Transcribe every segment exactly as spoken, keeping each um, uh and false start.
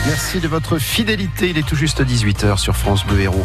Merci de votre fidélité. Il est tout juste dix-huit heures sur France Bleu Héros.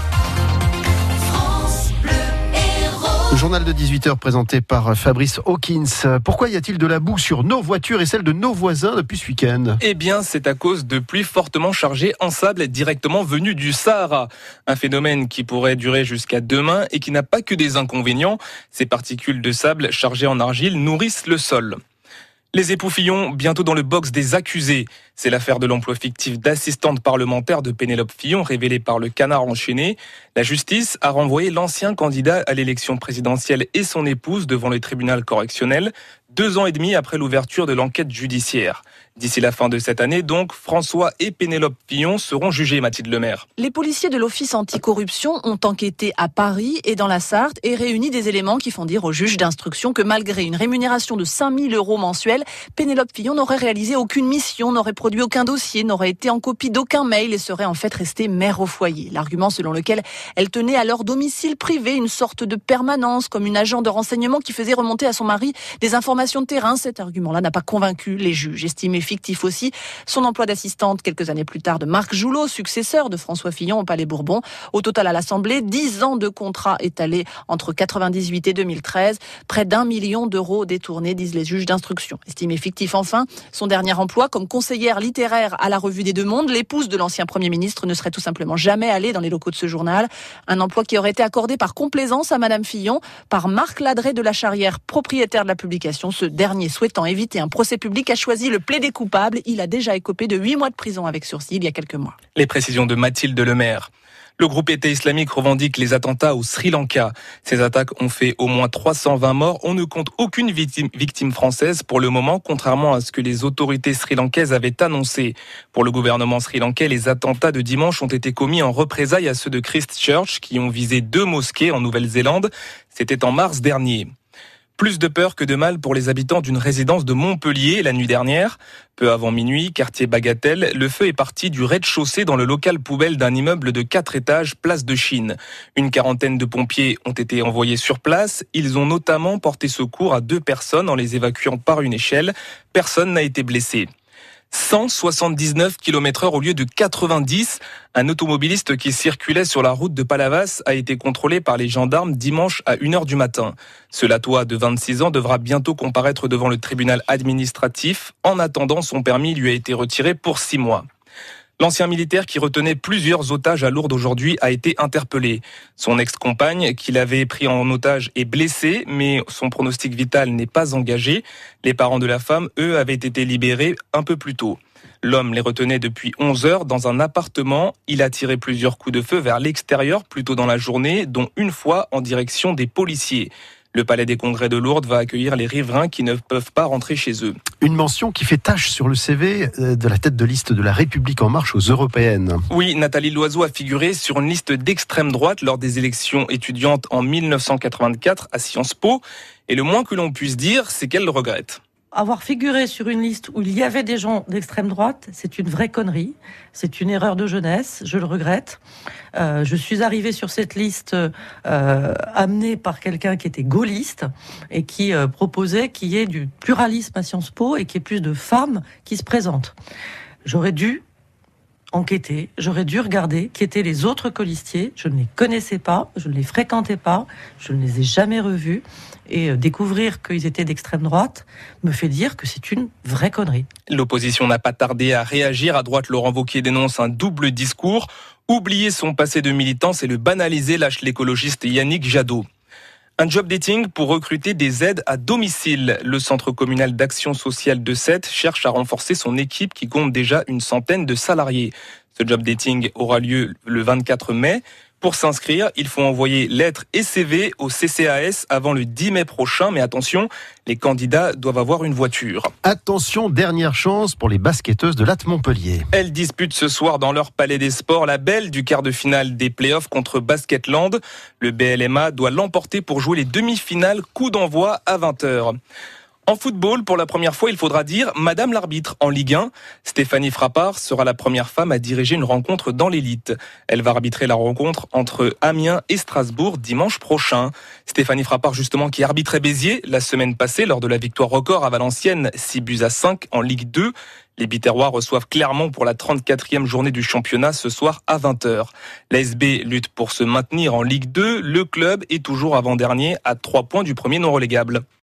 Le journal de dix-huit heures présenté par Fabrice Hawkins. Pourquoi y a-t-il de la boue sur nos voitures et celles de nos voisins depuis ce week-end ? Eh bien, c'est à cause de pluies fortement chargées en sable directement venues du Sahara. Un phénomène qui pourrait durer jusqu'à demain et qui n'a pas que des inconvénients. Ces particules de sable chargées en argile nourrissent le sol. Les époux Fillon, bientôt dans le box des accusés. C'est l'affaire de l'emploi fictif d'assistante parlementaire de Pénélope Fillon, révélée par le Canard enchaîné. La justice a renvoyé l'ancien candidat à l'élection présidentielle et son épouse devant le tribunal correctionnel, deux ans et demi après l'ouverture de l'enquête judiciaire. D'ici la fin de cette année, donc, François et Pénélope Fillon seront jugés, Mathilde Lemaire. Les policiers de l'Office anticorruption ont enquêté à Paris et dans la Sarthe et réuni des éléments qui font dire au juge d'instruction que malgré une rémunération de cinq mille euros mensuels, Pénélope Fillon n'aurait réalisé aucune mission, n'aurait produit aucun dossier, n'aurait été en copie d'aucun mail et serait en fait restée mère au foyer. L'argument selon lequel elle tenait à leur domicile privé une sorte de permanence, comme une agent de renseignement qui faisait remonter à son mari des informations de terrain. Cet argument-là n'a pas convaincu les juges. Estimé fictif aussi, son emploi d'assistante quelques années plus tard de Marc Joulot, successeur de François Fillon au Palais Bourbon. Au total à l'Assemblée, dix ans de contrat étalés entre quatre-vingt-dix-huit et deux mille treize. Près d'un million d'euros détournés, disent les juges d'instruction. Estimé fictif enfin, son dernier emploi comme conseillère littéraire à la Revue des Deux Mondes. L'épouse de l'ancien Premier ministre ne serait tout simplement jamais allée dans les locaux de ce journal. Un emploi qui aurait été accordé par complaisance à Madame Fillon, par Marc Ladré de la Charrière, propriétaire de la publication. Ce dernier, souhaitant éviter un procès public, a choisi le plaidé coupable. Il a déjà écopé de huit mois de prison avec sursis il y a quelques mois. Les précisions de Mathilde Lemaire. Le groupe État islamique revendique les attentats au Sri Lanka. Ces attaques ont fait au moins trois cent vingt morts. On ne compte aucune victime, victime française pour le moment, contrairement à ce que les autorités sri-lankaises avaient annoncé. Pour le gouvernement sri-lankais, les attentats de dimanche ont été commis en représailles à ceux de Christchurch, qui ont visé deux mosquées en Nouvelle-Zélande. C'était en mars dernier. Plus de peur que de mal pour les habitants d'une résidence de Montpellier la nuit dernière. Peu avant minuit, quartier Bagatelle, le feu est parti du rez-de-chaussée dans le local poubelle d'un immeuble de quatre étages, place de Chine. Une quarantaine de pompiers ont été envoyés sur place. Ils ont notamment porté secours à deux personnes en les évacuant par une échelle. Personne n'a été blessé. cent soixante-dix-neuf kilomètres heure au lieu de quatre-vingt-dix. Un automobiliste qui circulait sur la route de Palavas a été contrôlé par les gendarmes dimanche à une heure du matin. Ce Latois de vingt-six ans devra bientôt comparaître devant le tribunal administratif. En attendant, son permis lui a été retiré pour six mois. L'ancien militaire qui retenait plusieurs otages à Lourdes aujourd'hui a été interpellé. Son ex-compagne, qui l'avait pris en otage, est blessée, mais son pronostic vital n'est pas engagé. Les parents de la femme, eux, avaient été libérés un peu plus tôt. L'homme les retenait depuis onze heures dans un appartement. Il a tiré plusieurs coups de feu vers l'extérieur plus tôt dans la journée, dont une fois en direction des policiers. Le Palais des Congrès de Lourdes va accueillir les riverains qui ne peuvent pas rentrer chez eux. Une mention qui fait tache sur le C V de la tête de liste de la République En Marche aux Européennes. Oui, Nathalie Loiseau a figuré sur une liste d'extrême droite lors des élections étudiantes en mille neuf cent quatre-vingt-quatre à Sciences Po. Et le moins que l'on puisse dire, c'est qu'elle le regrette. Avoir figuré sur une liste où il y avait des gens d'extrême droite, c'est une vraie connerie. C'est une erreur de jeunesse, je le regrette. Euh, je suis arrivée sur cette liste euh, amenée par quelqu'un qui était gaulliste et qui euh, proposait qu'il y ait du pluralisme à Sciences Po et qu'il y ait plus de femmes qui se présentent. J'aurais dû enquêter, j'aurais dû regarder qui étaient les autres colistiers. Je ne les connaissais pas, je ne les fréquentais pas, je ne les ai jamais revus. Et découvrir qu'ils étaient d'extrême droite me fait dire que c'est une vraie connerie. L'opposition n'a pas tardé à réagir. À droite, Laurent Wauquiez dénonce un double discours. Oublier son passé de militant, c'est le banaliser, lâche l'écologiste Yannick Jadot. Un job dating pour recruter des aides à domicile. Le Centre communal d'action sociale de Sète cherche à renforcer son équipe qui compte déjà une centaine de salariés. Ce job dating aura lieu le vingt-quatre mai. Pour s'inscrire, il faut envoyer lettres et C V au C C A S avant le dix mai prochain. Mais attention, les candidats doivent avoir une voiture. Attention, dernière chance pour les basketteuses de l'A T Montpellier. Elles disputent ce soir dans leur palais des sports la belle du quart de finale des playoffs contre Basketland. Le B L M A doit l'emporter pour jouer les demi-finales, coup d'envoi à vingt heures. En football, pour la première fois, il faudra dire Madame l'arbitre en Ligue un. Stéphanie Frappart sera la première femme à diriger une rencontre dans l'élite. Elle va arbitrer la rencontre entre Amiens et Strasbourg dimanche prochain. Stéphanie Frappart, justement, qui arbitrait Béziers la semaine passée lors de la victoire record à Valenciennes, six buts à cinq en Ligue deux. Les Biterrois reçoivent Clermont pour la trente-quatrième journée du championnat ce soir à vingt heures. L'A S B lutte pour se maintenir en Ligue deux. Le club est toujours avant-dernier à trois points du premier non relégable.